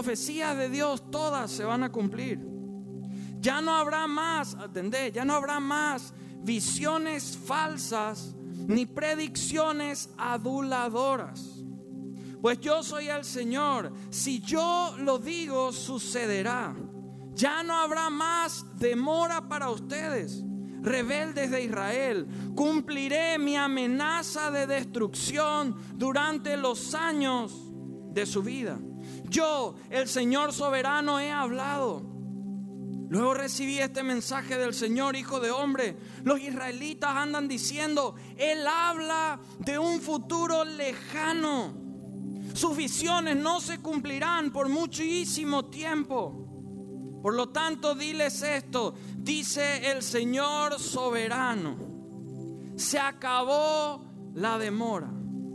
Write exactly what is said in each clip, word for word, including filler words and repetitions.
profecías de Dios todas se van a cumplir. Ya no habrá más, ¿entendés? Ya no habrá más visiones falsas ni predicciones aduladoras. Pues yo soy el Señor. Si yo lo digo, sucederá. Ya no habrá más demora para ustedes, rebeldes de Israel. Cumpliré mi amenaza de destrucción durante los años de su vida. Yo, el Señor soberano, he hablado. Luego recibí este mensaje del Señor, hijo de hombre. Los israelitas andan diciendo, Él habla de un futuro lejano. Sus visiones no se cumplirán por muchísimo tiempo. Por lo tanto, diles esto, dice el Señor soberano. Se acabó la demora.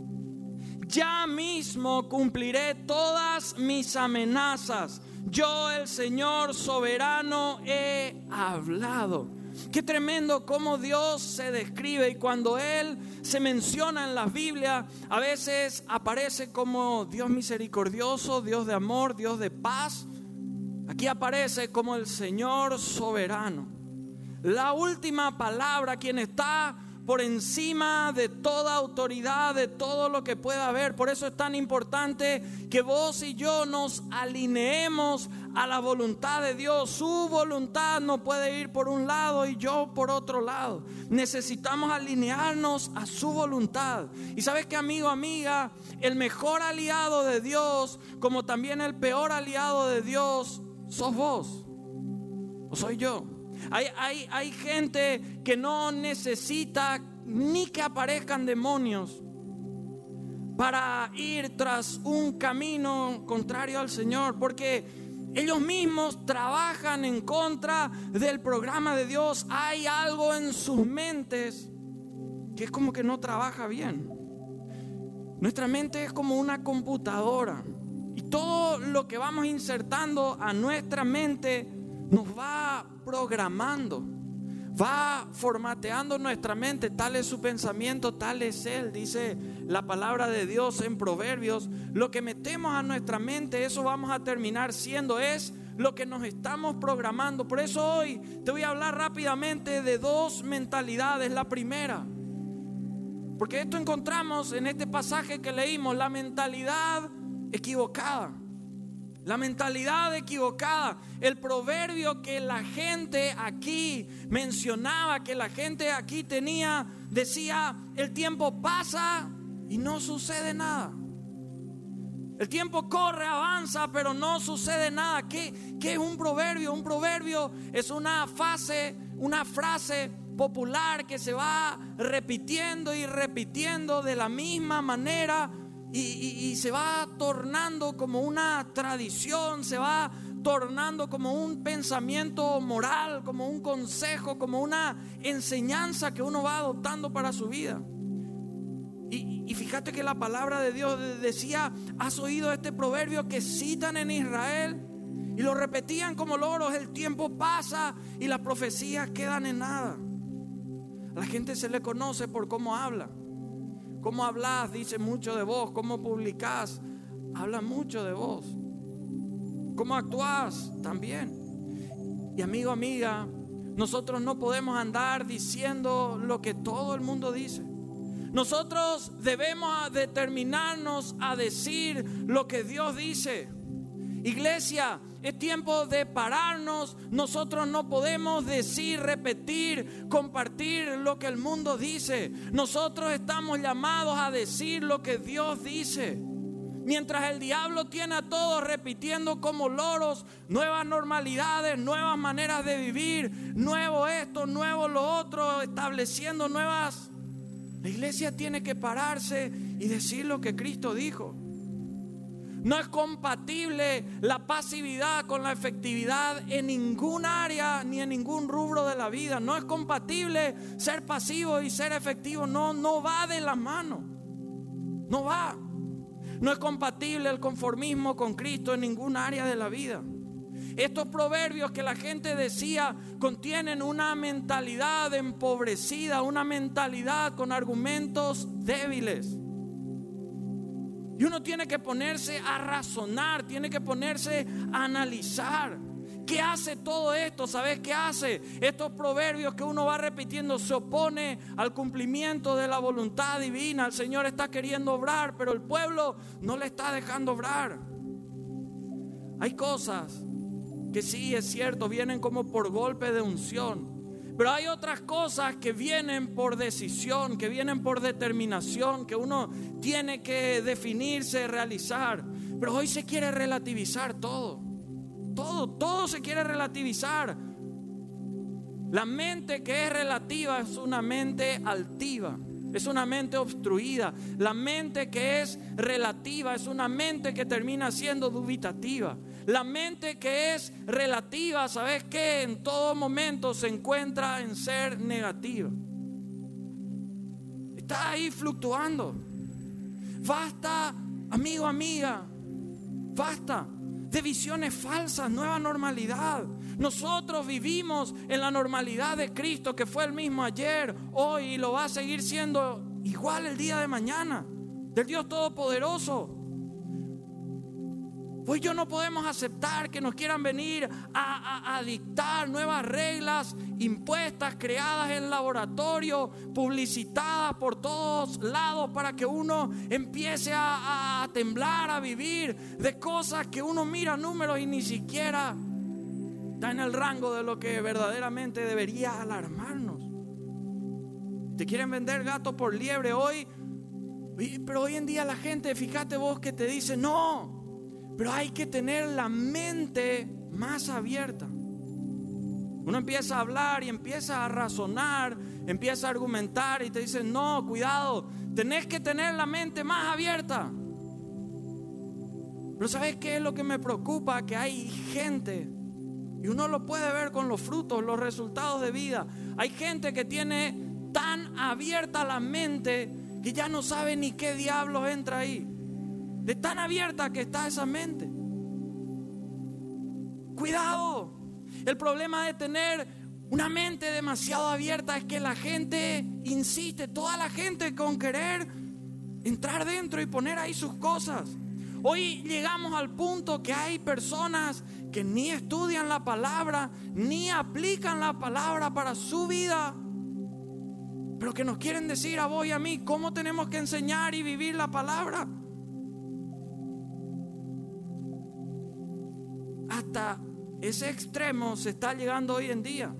Ya mismo cumpliré todas mis amenazas. Yo, el Señor soberano, he hablado. Qué tremendo cómo Dios se describe, y cuando Él se menciona en la Biblia, a veces aparece como Dios misericordioso, Dios de amor, Dios de paz. Aquí aparece como el Señor soberano, la última palabra, quien está por encima de toda autoridad, de todo lo que pueda haber. Por eso es tan importante que vos y yo nos alineemos a la voluntad de Dios. Su voluntad no puede ir por un lado y yo por otro lado. Necesitamos alinearnos a su voluntad. Y sabes qué, amigo, amiga, el mejor aliado de Dios, como también el peor aliado de Dios, sos vos o soy yo. Hay, hay, hay gente que no necesita ni que aparezcan demonios para ir tras un camino contrario al Señor, porque ellos mismos trabajan en contra del programa de Dios. Hay algo en sus mentes que es como que no trabaja bien. Nuestra mente es como una computadora, y todo lo que vamos insertando a nuestra mente nos va programando, va formateando nuestra mente. Tal es su pensamiento, tal es él, dice la palabra de Dios en Proverbios. Lo que metemos a nuestra mente, eso vamos a terminar siendo, es lo que nos estamos programando. Por eso hoy te voy a hablar rápidamente de dos mentalidades. La primera, porque esto encontramos en este pasaje que leímos, la mentalidad equivocada. La mentalidad equivocada. El proverbio que la gente aquí mencionaba, que la gente aquí tenía, decía: el tiempo pasa y no sucede nada. El tiempo corre, avanza, pero no sucede nada. ¿Qué, qué es un proverbio? Un proverbio es una frase, una frase popular que se va repitiendo y repitiendo de la misma manera. Y, y, y se va tornando como una tradición, se va tornando como un pensamiento moral, como un consejo, como una enseñanza que uno va adoptando para su vida. Y, y fíjate que la palabra de Dios decía: ¿has oído este proverbio que citan en Israel? Y lo repetían como loros: el tiempo pasa y las profecías quedan en nada. A la gente se le conoce por cómo habla. Cómo hablas dice mucho de vos. Cómo publicás habla mucho de vos. Cómo actuás también. Y amigo, amiga, nosotros no podemos andar diciendo lo que todo el mundo dice. Nosotros debemos determinarnos a decir lo que Dios dice. Iglesia, es tiempo de pararnos. Nosotros no podemos decir, repetir, compartir lo que el mundo dice. Nosotros estamos llamados a decir lo que Dios dice. Mientras el diablo tiene a todos repitiendo como loros nuevas normalidades, nuevas maneras de vivir, nuevo esto, nuevo lo otro, estableciendo nuevas. La iglesia tiene que pararse y decir lo que Cristo dijo. No es compatible la pasividad con la efectividad en ningún área ni en ningún rubro de la vida. No es compatible ser pasivo y ser efectivo. No, no va de la mano. No va. No es compatible el conformismo con Cristo en ningún área de la vida. Estos proverbios que la gente decía contienen una mentalidad empobrecida, una mentalidad con argumentos débiles. Y uno tiene que ponerse a razonar, tiene que ponerse a analizar. ¿Qué hace todo esto? ¿Sabes qué hace? Estos proverbios que uno va repitiendo se opone al cumplimiento de la voluntad divina. El Señor está queriendo obrar, pero el pueblo no le está dejando obrar. Hay cosas que sí, es cierto, vienen como por golpe de unción. Pero hay otras cosas que vienen por decisión, que vienen por determinación, que uno tiene que definirse, realizar. Pero hoy se quiere relativizar todo. Todo, todo se quiere relativizar. La mente que es relativa es una mente altiva, es una mente obstruida. La mente que es relativa es una mente que termina siendo dubitativa. La mente que es relativa, ¿sabes qué? En todo momento se encuentra en ser negativa. Está ahí fluctuando. Basta, amigo, amiga, basta de visiones falsas, nueva normalidad. Nosotros vivimos en la normalidad de Cristo, que fue el mismo ayer, hoy y lo va a seguir siendo igual el día de mañana, del Dios Todopoderoso. Hoy yo no podemos aceptar que nos quieran venir a, a, a dictar nuevas reglas impuestas, creadas en laboratorio, publicitadas por todos lados para que uno empiece a, a temblar, a vivir de cosas que uno mira números y ni siquiera está en el rango de lo que verdaderamente debería alarmarnos. Te quieren vender gato por liebre hoy, pero hoy en día la gente, fíjate vos, que te dice no. Pero hay que tener la mente más abierta. Uno empieza a hablar y empieza a razonar, empieza a argumentar y te dicen no, cuidado, tenés que tener la mente más abierta. Pero ¿sabes qué es lo que me preocupa? Que hay gente, y uno lo puede ver con los frutos, los resultados de vida. Hay gente que tiene tan abierta la mente que ya no sabe ni qué diablos entra ahí. De tan abierta que está esa mente. Cuidado. El problema de tener una mente demasiado abierta es que la gente insiste, toda la gente con querer entrar dentro y poner ahí sus cosas. Hoy llegamos al punto que hay personas que ni estudian la palabra, ni aplican la palabra para su vida, pero que nos quieren decir a vos y a mí cómo tenemos que enseñar y vivir la palabra. Hasta ese extremo se está llegando hoy en día.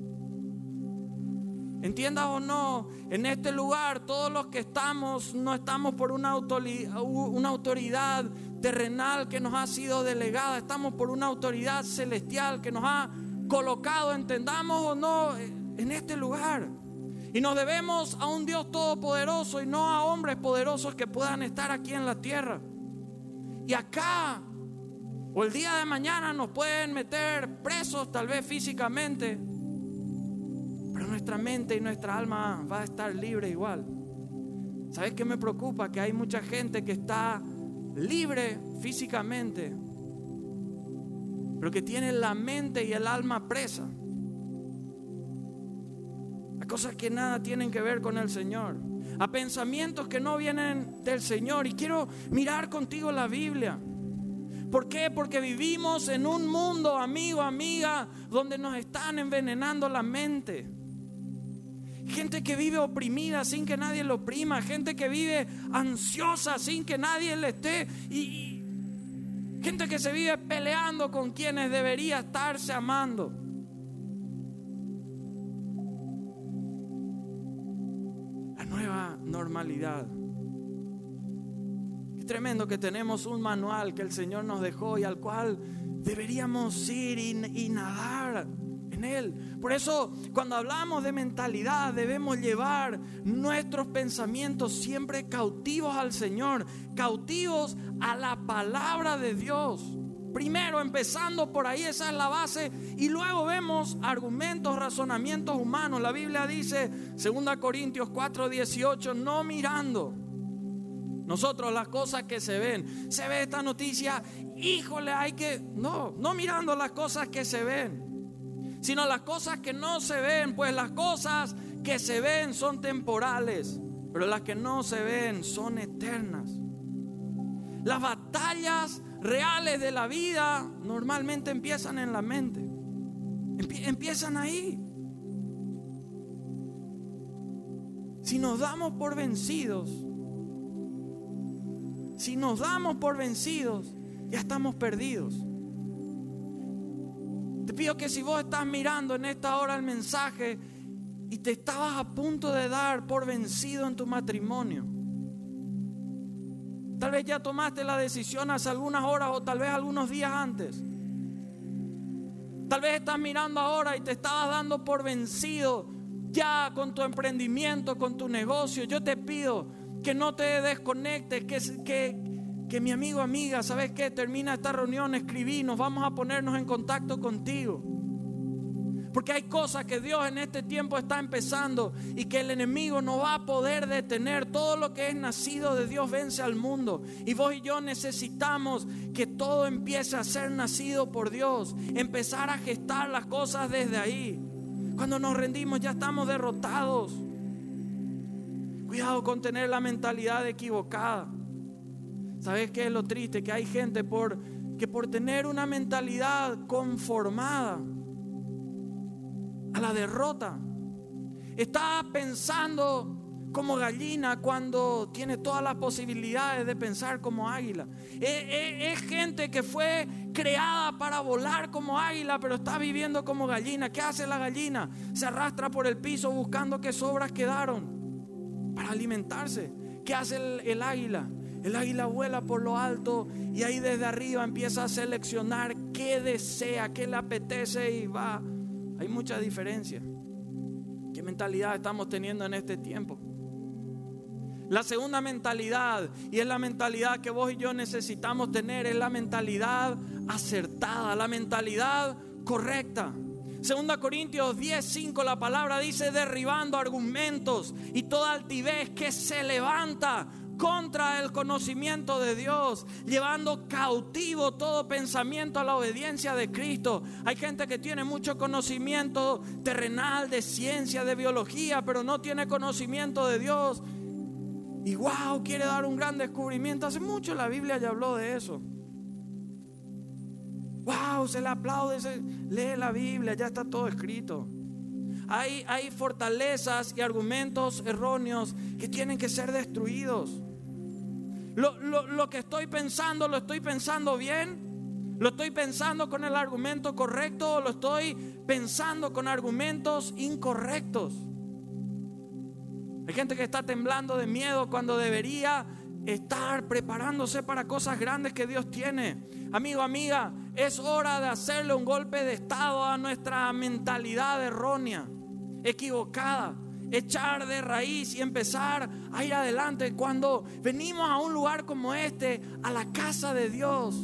Entiendas o no, en este lugar todos los que estamos no estamos por una autoridad, una autoridad terrenal que nos ha sido delegada, estamos por una autoridad celestial que nos ha colocado, entendamos o no, en este lugar. Y nos debemos a un Dios todopoderoso y no a hombres poderosos que puedan estar aquí en la tierra. Y acá o el día de mañana nos pueden meter presos, tal vez físicamente, pero nuestra mente y nuestra alma va a estar libre igual. ¿Sabes qué me preocupa? Que hay mucha gente que está libre físicamente, pero que tiene la mente y el alma presa a cosas que nada tienen que ver con el Señor, a pensamientos que no vienen del Señor. Y quiero mirar contigo la Biblia. ¿Por qué? Porque vivimos en un mundo, amigo, amiga, donde nos están envenenando la mente. Gente que vive oprimida sin que nadie lo oprima. Gente que vive ansiosa sin que nadie le esté. Y, y gente que se vive peleando con quienes debería estarse amando. La nueva normalidad. Es tremendo que tenemos un manual que el Señor nos dejó y al cual deberíamos ir y, y nadar en él. Por eso, cuando hablamos de mentalidad, debemos llevar nuestros pensamientos siempre cautivos al Señor, cautivos a la palabra de Dios. Primero, empezando por ahí, esa es la base, y luego vemos argumentos, razonamientos humanos. La Biblia dice, segunda Corintios cuatro dieciocho, no mirando nosotros las cosas que se ven. Se ve esta noticia, híjole, hay que... No, no mirando las cosas que se ven, sino las cosas que no se ven. Pues las cosas que se ven son temporales, pero las que no se ven son eternas. Las batallas reales de la vida normalmente empiezan en la mente. Empie- empiezan ahí. Si nos damos por vencidos, si nos damos por vencidos, ya estamos perdidos. Te pido que si vos estás mirando en esta hora el mensaje y te estabas a punto de dar por vencido en tu matrimonio, tal vez ya tomaste la decisión hace algunas horas o tal vez algunos días antes. Tal vez estás mirando ahora y te estabas dando por vencido ya con tu emprendimiento, con tu negocio. Yo te pido que no te desconectes, que, que, que mi amigo, amiga, ¿sabes qué? Termina esta reunión, escribí, nos vamos a ponernos en contacto contigo. Porque hay cosas que Dios en este tiempo está empezando y que el enemigo no va a poder detener. Todo lo que es nacido de Dios vence al mundo. Y vos y yo necesitamos que todo empiece a ser nacido por Dios. Empezar a gestar las cosas desde ahí. Cuando nos rendimos ya estamos derrotados. Cuidado con tener la mentalidad equivocada. ¿Sabes qué es lo triste? Que hay gente por, que por tener una mentalidad conformada a la derrota, está pensando como gallina cuando tiene todas las posibilidades de pensar como águila. Es, es, es gente que fue creada para volar como águila, pero está viviendo como gallina. ¿Qué hace la gallina? Se arrastra por el piso buscando qué sobras quedaron para alimentarse. ¿Qué hace el, el águila? El águila vuela por lo alto y ahí desde arriba empieza a seleccionar qué desea, qué le apetece y va. Hay mucha diferencia. ¿Qué mentalidad estamos teniendo en este tiempo? La segunda mentalidad, y es la mentalidad que vos y yo necesitamos tener, es la mentalidad acertada, la mentalidad correcta. Segunda Corintios diez cinco, la palabra dice: derribando argumentos y toda altivez que se levanta contra el conocimiento de Dios, llevando cautivo todo pensamiento a la obediencia de Cristo. Hay gente que tiene mucho conocimiento terrenal, de ciencia, de biología, pero no tiene conocimiento de Dios. Y wow, quiere dar un gran descubrimiento. Hace mucho la Biblia ya habló de eso. Wow, se le aplaude, se lee la Biblia, ya está todo escrito. Hay, hay fortalezas y argumentos erróneos que tienen que ser destruidos. Lo, lo, lo que estoy pensando, ¿lo estoy pensando bien? ¿Lo estoy pensando con el argumento correcto o lo estoy pensando con argumentos incorrectos? Hay gente que está temblando de miedo cuando debería estar preparándose para cosas grandes que Dios tiene. Amigo, amiga, es hora de hacerle un golpe de estado a nuestra mentalidad errónea, equivocada. Echar de raíz y empezar a ir adelante. Cuando venimos a un lugar como este, a la casa de Dios,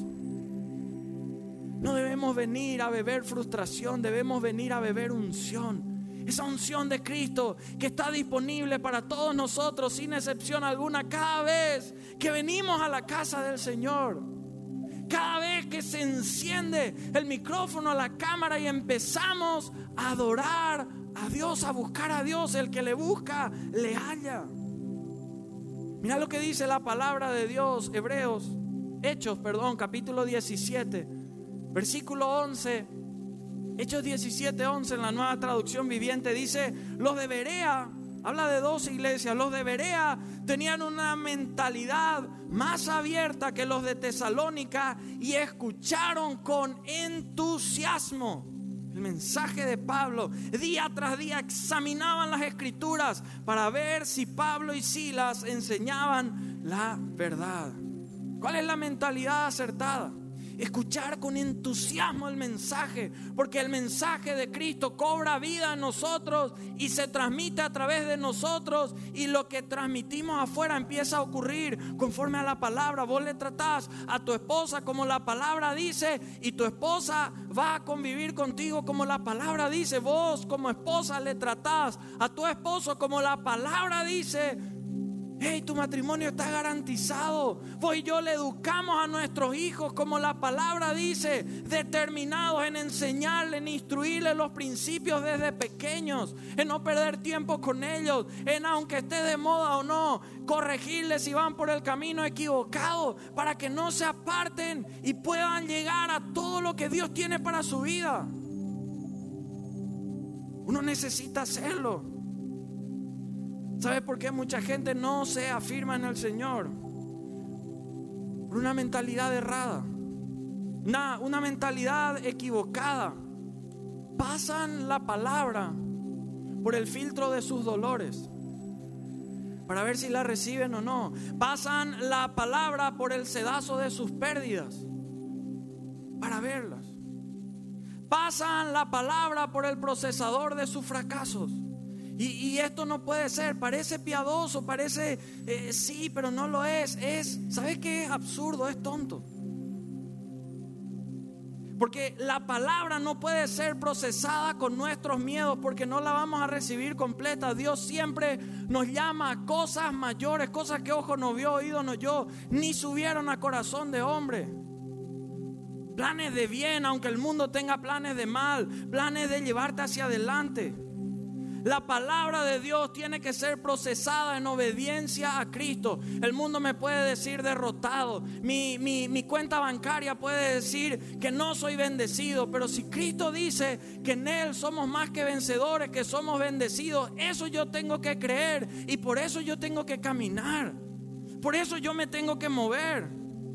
no debemos venir a beber frustración, debemos venir a beber unción. Esa unción de Cristo que está disponible para todos nosotros sin excepción alguna cada vez que venimos a la casa del Señor. Cada vez que se enciende el micrófono, la cámara y empezamos a adorar a Dios, a buscar a Dios, el que le busca, le halla. Mira lo que dice la palabra de Dios, Hebreos, Hechos, perdón, capítulo diecisiete, versículo once. Hechos diecisiete, once en la Nueva Traducción Viviente dice: los de Berea, habla de dos iglesias, los de Berea tenían una mentalidad más abierta que los de Tesalónica y escucharon con entusiasmo el mensaje de Pablo. Día tras día examinaban las escrituras para ver si Pablo y Silas enseñaban la verdad. ¿Cuál es la mentalidad acertada? Escuchar con entusiasmo el mensaje, porque el mensaje de Cristo cobra vida en nosotros y se transmite a través de nosotros, y lo que transmitimos afuera empieza a ocurrir conforme a la palabra. Vos le tratás a tu esposa como la palabra dice y tu esposa va a convivir contigo como la palabra dice. Vos como esposa le tratás a tu esposo como la palabra dice Hey, tu matrimonio está garantizado. Vos y yo le educamos a nuestros hijos como la palabra dice, determinados en enseñarle, en instruirle los principios desde pequeños, en no perder tiempo con ellos, en aunque esté de moda o no, corregirles si van por el camino equivocado para que no se aparten y puedan llegar a todo lo que Dios tiene para su vida. Uno necesita hacerlo. ¿Sabe por qué mucha gente no se afirma en el Señor? Por una mentalidad errada, una, una mentalidad equivocada. Pasan la palabra por el filtro de sus dolores para ver si la reciben o no. Pasan la palabra por el sedazo de sus pérdidas para verlas. Pasan la palabra por el procesador de sus fracasos. Y, y esto no puede ser, parece piadoso, parece eh, sí, pero no lo es. Es, ¿sabes qué? Es absurdo, es tonto. Porque la palabra no puede ser procesada con nuestros miedos, porque no la vamos a recibir completa. Dios siempre nos llama a cosas mayores, cosas que ojo no vio, oído no oyó, ni subieron a corazón de hombre. Planes de bien, aunque el mundo tenga planes de mal, planes de llevarte hacia adelante. La palabra de Dios tiene que ser procesada en obediencia a Cristo. El mundo me puede decir derrotado, mi, mi, mi cuenta bancaria puede decir que no soy bendecido, pero si Cristo dice que en Él somos más que vencedores, que somos bendecidos, eso yo tengo que creer y por eso yo tengo que caminar, por eso yo me tengo que mover.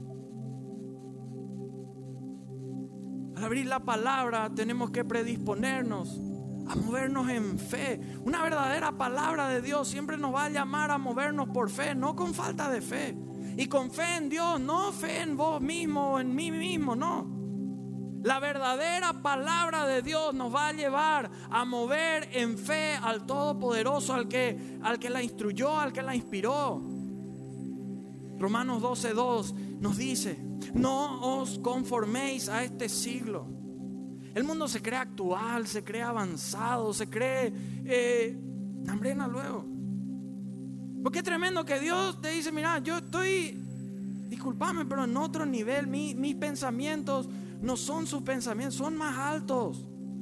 Al abrir la palabra tenemos que predisponernos a movernos en fe. Una verdadera palabra de Dios siempre nos va a llamar a movernos por fe, no con falta de fe. Y con fe en Dios, no fe en vos mismo o en mí mismo, no. La verdadera palabra de Dios nos va a llevar a mover en fe al Todopoderoso, al que, al que la instruyó, al que la inspiró. Romanos doce dos nos dice: no os conforméis a este siglo. El mundo se cree actual, se cree avanzado, se cree eh, hambrena luego. Porque es tremendo que Dios te dice: mira, yo estoy, discúlpame, pero en otro nivel. Mi, mis pensamientos no son sus pensamientos, son más altos.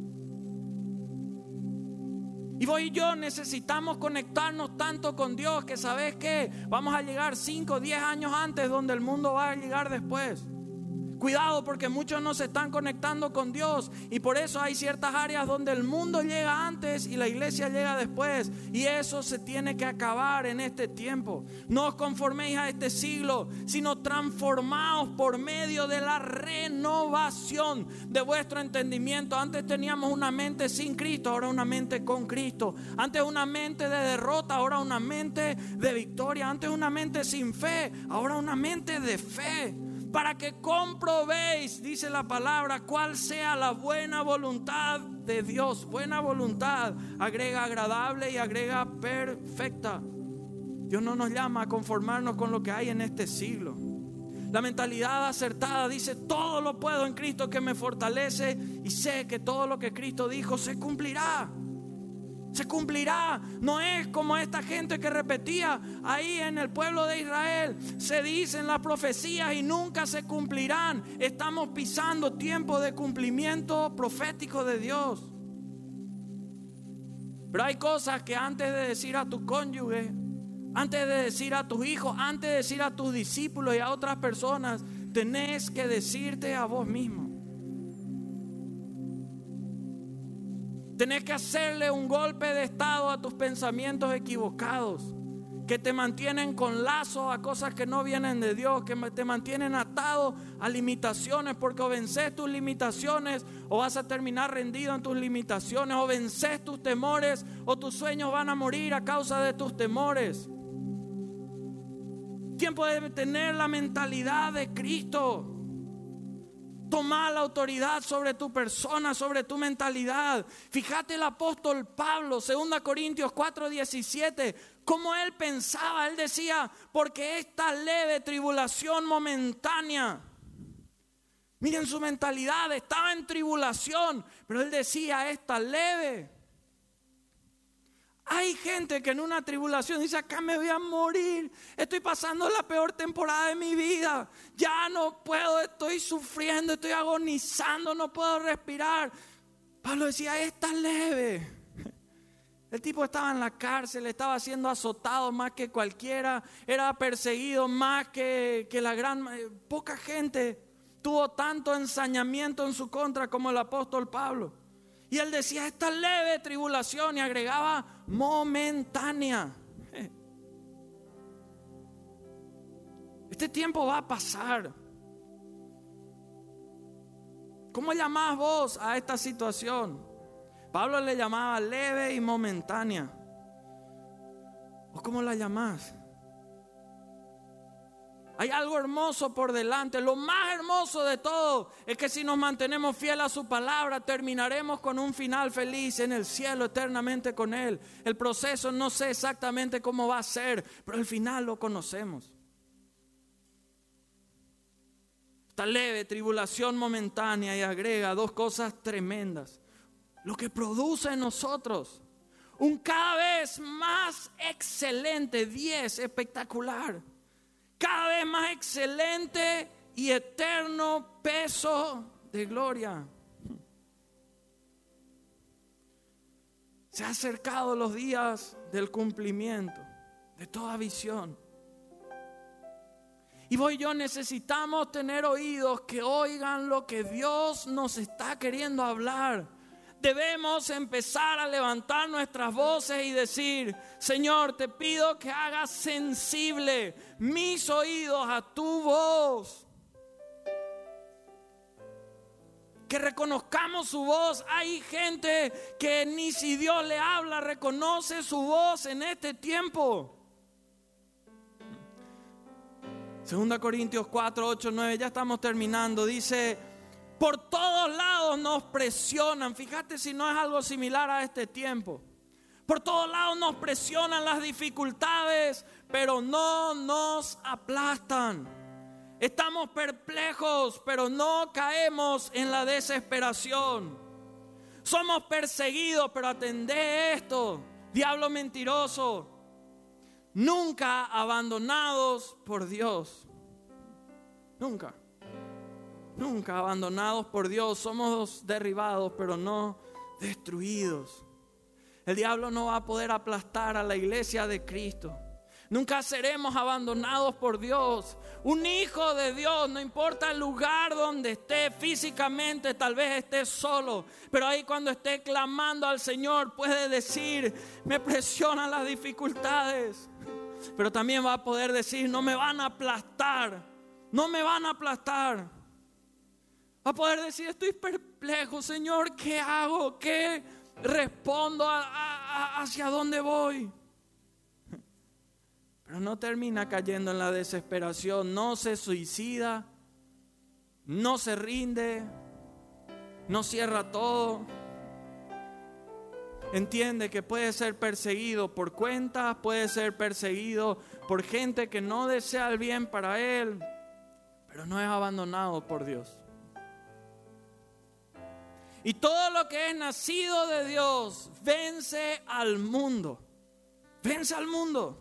Y vos y yo necesitamos conectarnos tanto con Dios que sabes que vamos a llegar cinco o diez años antes donde el mundo va a llegar después. Cuidado, porque muchos no se están conectando con Dios y por eso hay ciertas áreas donde el mundo llega antes y la iglesia llega después, y eso se tiene que acabar en este tiempo. No os conforméis a este siglo, sino transformaos por medio de la renovación de vuestro entendimiento. Antes teníamos una mente sin Cristo, ahora una mente con Cristo. Antes una mente de derrota, ahora una mente de victoria. Antes una mente sin fe, ahora una mente de fe. Para que comprobéis, dice la palabra, cuál sea la buena voluntad de Dios. Buena voluntad agrega agradable y agrega perfecta. Dios no nos llama a conformarnos con lo que hay en este siglo. La mentalidad acertada dice: todo lo puedo en Cristo que me fortalece, y sé que todo lo que Cristo dijo se cumplirá. Se cumplirá. No es como esta gente que repetía ahí en el pueblo de Israel: se dicen las profecías y nunca se cumplirán. Estamos pisando tiempo de cumplimiento profético de Dios. Pero hay cosas que antes de decir a tu cónyuge, antes de decir a tus hijos, antes de decir a tus discípulos y a otras personas, tenés que decirte a vos mismo. Tenés que hacerle un golpe de estado a tus pensamientos equivocados, que te mantienen con lazos a cosas que no vienen de Dios, que te mantienen atado a limitaciones, porque o vences tus limitaciones o vas a terminar rendido en tus limitaciones, o vences tus temores o tus sueños van a morir a causa de tus temores. Tiempo de tener la mentalidad de Cristo. Tomar la autoridad sobre tu persona, sobre tu mentalidad. Fíjate el apóstol Pablo, segunda Corintios cuatro diecisiete, cómo él pensaba. Él decía: porque esta leve tribulación momentánea. Miren su mentalidad, estaba en tribulación, pero él decía: esta leve Hay gente que en una tribulación dice: acá me voy a morir, estoy pasando la peor temporada de mi vida, ya no puedo, estoy sufriendo, estoy agonizando, no puedo respirar. Pablo decía: esta leve. El tipo estaba en la cárcel, estaba siendo azotado más que cualquiera, era perseguido más que, que la gran... Poca gente tuvo tanto ensañamiento en su contra como el apóstol Pablo. Y él decía: esta leve tribulación, y agregaba momentánea. Este tiempo va a pasar. ¿Cómo llamás vos a esta situación? Pablo le llamaba leve y momentánea. ¿O cómo la llamás? Hay algo hermoso por delante. Lo más hermoso de todo es que si nos mantenemos fieles a su palabra, terminaremos con un final feliz en el cielo eternamente con Él. El proceso no sé exactamente cómo va a ser, pero el final lo conocemos. Esta leve tribulación momentánea, y agrega dos cosas tremendas. Lo que produce en nosotros un cada vez más excelente, diez, espectacular, cada vez más excelente y eterno peso de gloria. Se han acercado los días del cumplimiento de toda visión. Y vos y yo necesitamos tener oídos que oigan lo que Dios nos está queriendo hablar. Debemos empezar a levantar nuestras voces y decir: Señor, te pido que hagas sensible mis oídos a tu voz. Que reconozcamos su voz. Hay gente que ni si Dios le habla reconoce su voz en este tiempo. Segunda Corintios cuatro, ocho, nueve, ya estamos terminando. Dice: por todos lados nos presionan. Fíjate si no es algo similar a este tiempo. Por todos lados nos presionan las dificultades, pero no nos aplastan. Estamos perplejos, pero no caemos en la desesperación. Somos perseguidos, pero atendé esto, diablo mentiroso. Nunca abandonados por Dios. Nunca. Nunca abandonados por Dios. Somos derribados, pero no destruidos. El diablo no va a poder aplastar a la iglesia de Cristo. Nunca seremos abandonados por Dios. Un hijo de Dios, no importa el lugar donde esté físicamente, tal vez esté solo, pero ahí cuando esté clamando al Señor puede decir: me presionan las dificultades. Pero también va a poder decir: no me van a aplastar, no me van a aplastar. Va a poder decir: estoy perplejo, Señor, ¿qué hago? ¿Qué respondo? A, a, ¿Hacia dónde voy? Pero no termina cayendo en la desesperación, no se suicida, no se rinde, no cierra todo. Entiende que puede ser perseguido por cuentas, puede ser perseguido por gente que no desea el bien para él, pero no es abandonado por Dios. Y todo lo que es nacido de Dios vence al mundo, vence al mundo.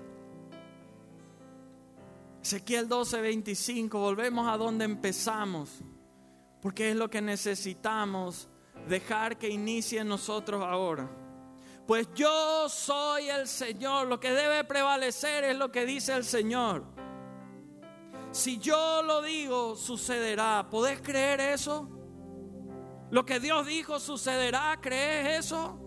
Ezequiel doce, veinticinco, volvemos a donde empezamos, porque es lo que necesitamos dejar que inicie en nosotros ahora. Pues yo soy el Señor, lo que debe prevalecer es lo que dice el Señor. Si yo lo digo, sucederá. ¿Podés creer eso? Lo que Dios dijo sucederá, ¿crees eso?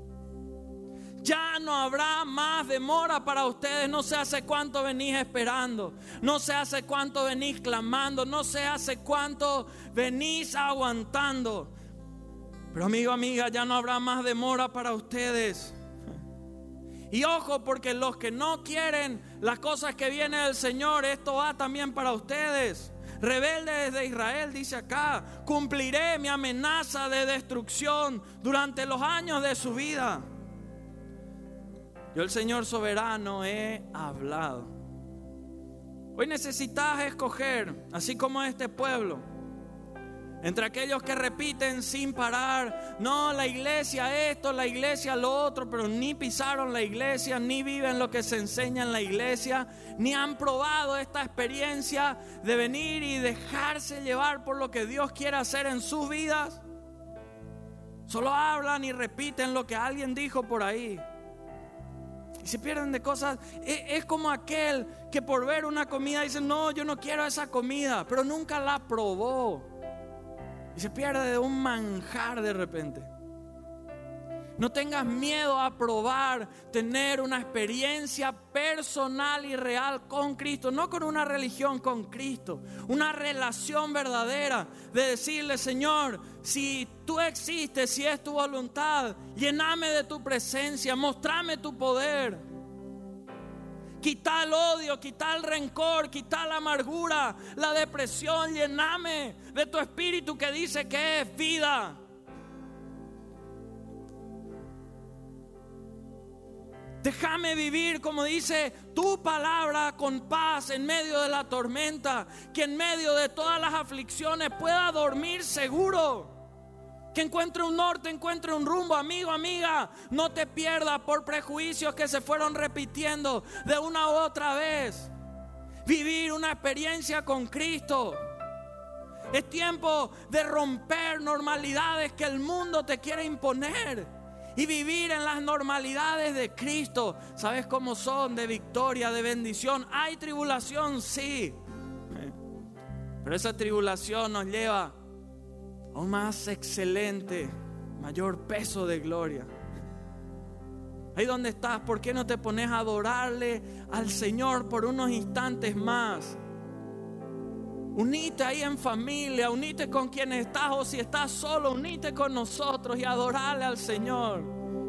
Ya no habrá más demora para ustedes. No sé hace cuánto venís esperando, no sé hace cuánto venís clamando, no sé hace cuánto venís aguantando. Pero amigo, amiga, ya no habrá más demora para ustedes. Y ojo, porque los que no quieren las cosas que vienen del Señor, esto va también para ustedes. Rebeldes de Israel, dice acá: cumpliré mi amenaza de destrucción durante los años de su vida. Yo, el Señor soberano, he hablado. Hoy necesitas escoger, así como este pueblo, Entre aquellos que repiten sin parar, no, la iglesia esto, la iglesia lo otro, pero ni pisaron la iglesia, ni viven lo que se enseña en la iglesia, ni han probado esta experiencia de venir y dejarse llevar por lo que Dios quiere hacer en sus vidas. Solo hablan y repiten lo que alguien dijo por ahí. Y se pierden de cosas. Es, es como aquel que por ver una comida dice, no, yo no quiero esa comida, pero nunca la probó. Y se pierde de un manjar de repente. No tengas miedo a probar, tener una experiencia personal y real con Cristo. No con una religión, con Cristo. Una relación verdadera de decirle, Señor, si tú existes, si es tu voluntad, lléname de tu presencia, mostrame tu poder. Quita el odio, quita el rencor, quita la amargura, la depresión. Lléname de tu espíritu que dice que es vida. Déjame vivir, como dice tu palabra, con paz en medio de la tormenta. Que en medio de todas las aflicciones pueda dormir seguro. Que encuentre un norte, encuentre un rumbo. Amigo, amiga, no te pierdas por prejuicios que se fueron repitiendo de una u otra vez. Vivir una experiencia con Cristo. Es tiempo de romper normalidades que el mundo te quiere imponer y vivir en las normalidades de Cristo. ¿Sabes cómo son? De victoria, de bendición. Hay tribulación, sí, pero esa tribulación nos lleva a un más excelente, mayor peso de gloria. Ahí donde estás, ¿por qué no te pones a adorarle al Señor por unos instantes más? Unite ahí en familia, unite con quienes estás, o si estás solo, unite con nosotros y adorarle al Señor.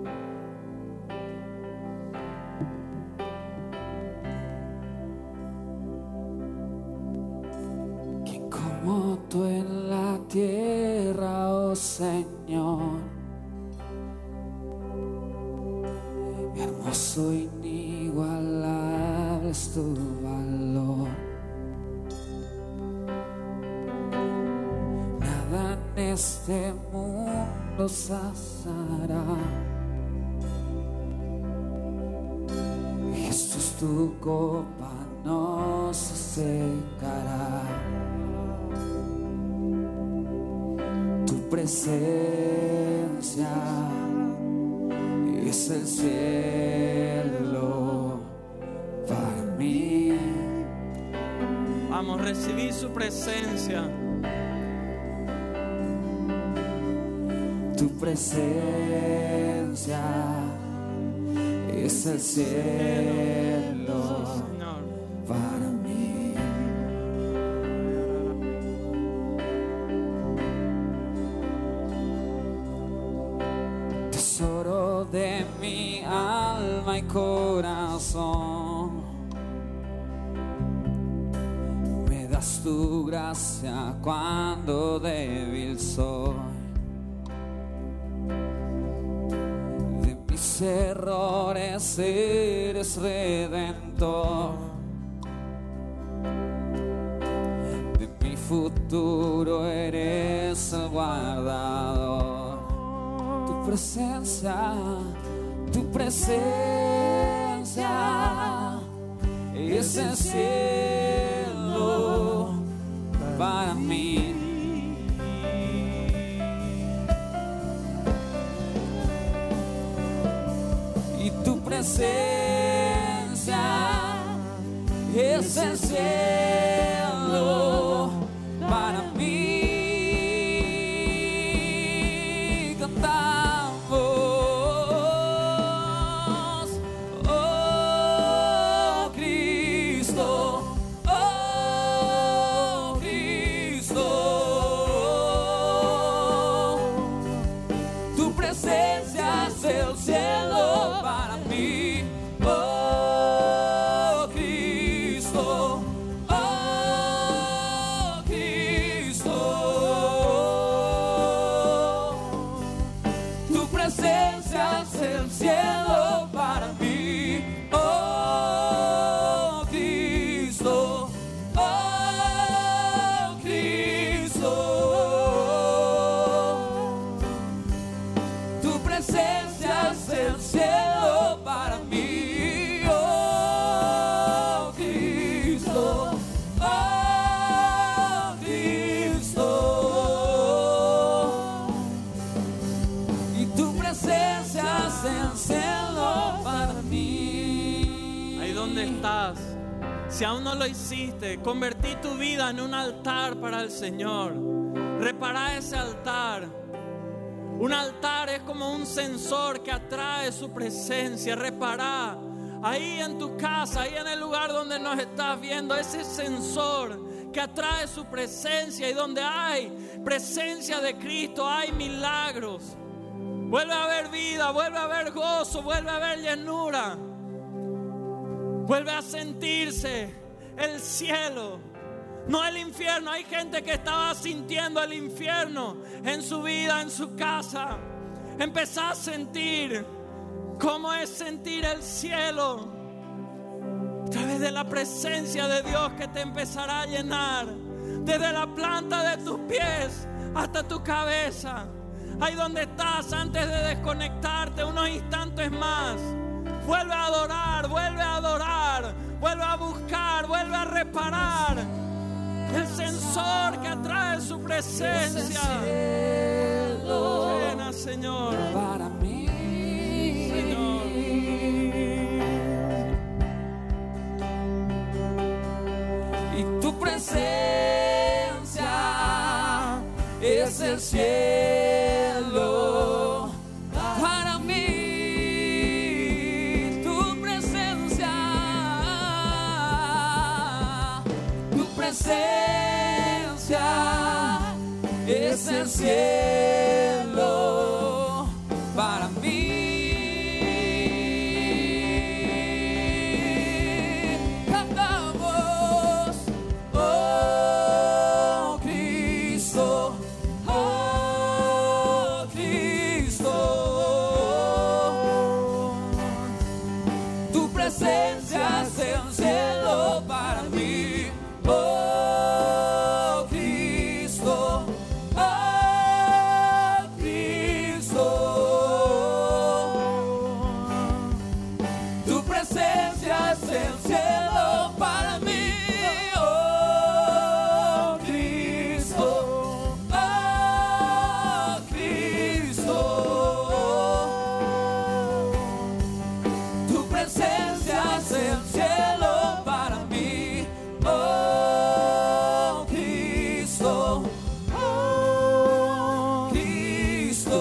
¿Quién como tú en la tierra, oh Señor? Hermoso, inigualable es tu valor. Nada en este mundo saciará. Jesús, tu copa no se secará. Tu presencia es el cielo para mí. Vamos a recibir su presencia. Tu presencia es el cielo para mí. Tesoro de mi alma y corazón, me das tu gracia cuando débil soy. Errores eres redentor, de mi futuro eres el guardador. Tu presencia, tu presencia es el cielo para mí. Tu presencia es el cielo para mí. Cantamos, oh Cristo, oh Cristo. Tu presencia es el cielo para mí. Oh Cristo, oh donde estás. Si aún no lo hiciste, convertí tu vida en un altar para el Señor. Repara ese altar. Un altar es como un sensor que atrae su presencia. Repara ahí en tu casa, ahí en el lugar donde nos estás viendo, ese sensor que atrae su presencia, y donde hay presencia de Cristo hay milagros. Vuelve a haber vida, vuelve a haber gozo, vuelve a haber llenura. Vuelve a sentirse el cielo, no el infierno. Hay gente que estaba sintiendo el infierno en su vida, en su casa. Empezá a sentir cómo es sentir el cielo a través de la presencia de Dios que te empezará a llenar desde la planta de tus pies hasta tu cabeza. Ahí donde estás, antes de desconectarte unos instantes más, vuelve a adorar, vuelve a adorar, vuelve a buscar, vuelve a reparar el sensor que atrae su presencia. Llena, Señor, para mí, Señor. Y tu presencia es el cielo para mí. Tu presencia, tu presencia es el cielo para mí. Cantamos, oh Cristo, oh Cristo, tu presencia es el cielo para mí. Oh Cristo, oh Cristo, tu presencia es el cielo para mí. Oh Cristo, oh Cristo, tu presencia es el cielo para mí. Oh Cristo, oh Cristo,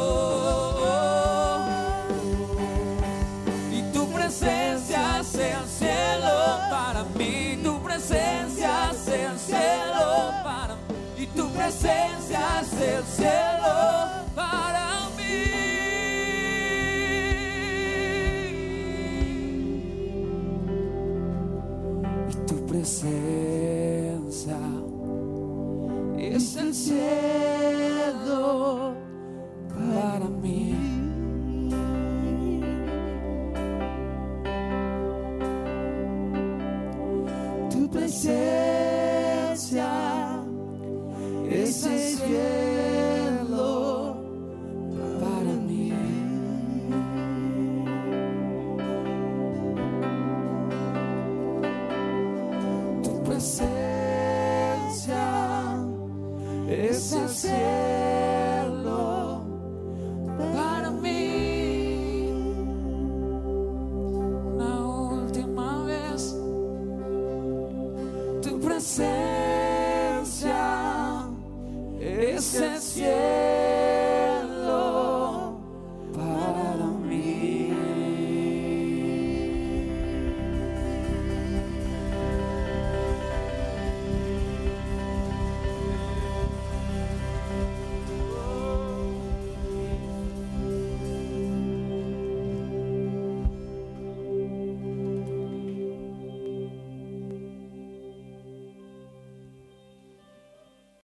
y tu presencia es el cielo para mí. Tu presencia es el cielo para mí. Y tu presencia es el cielo para mí. Y tu presencia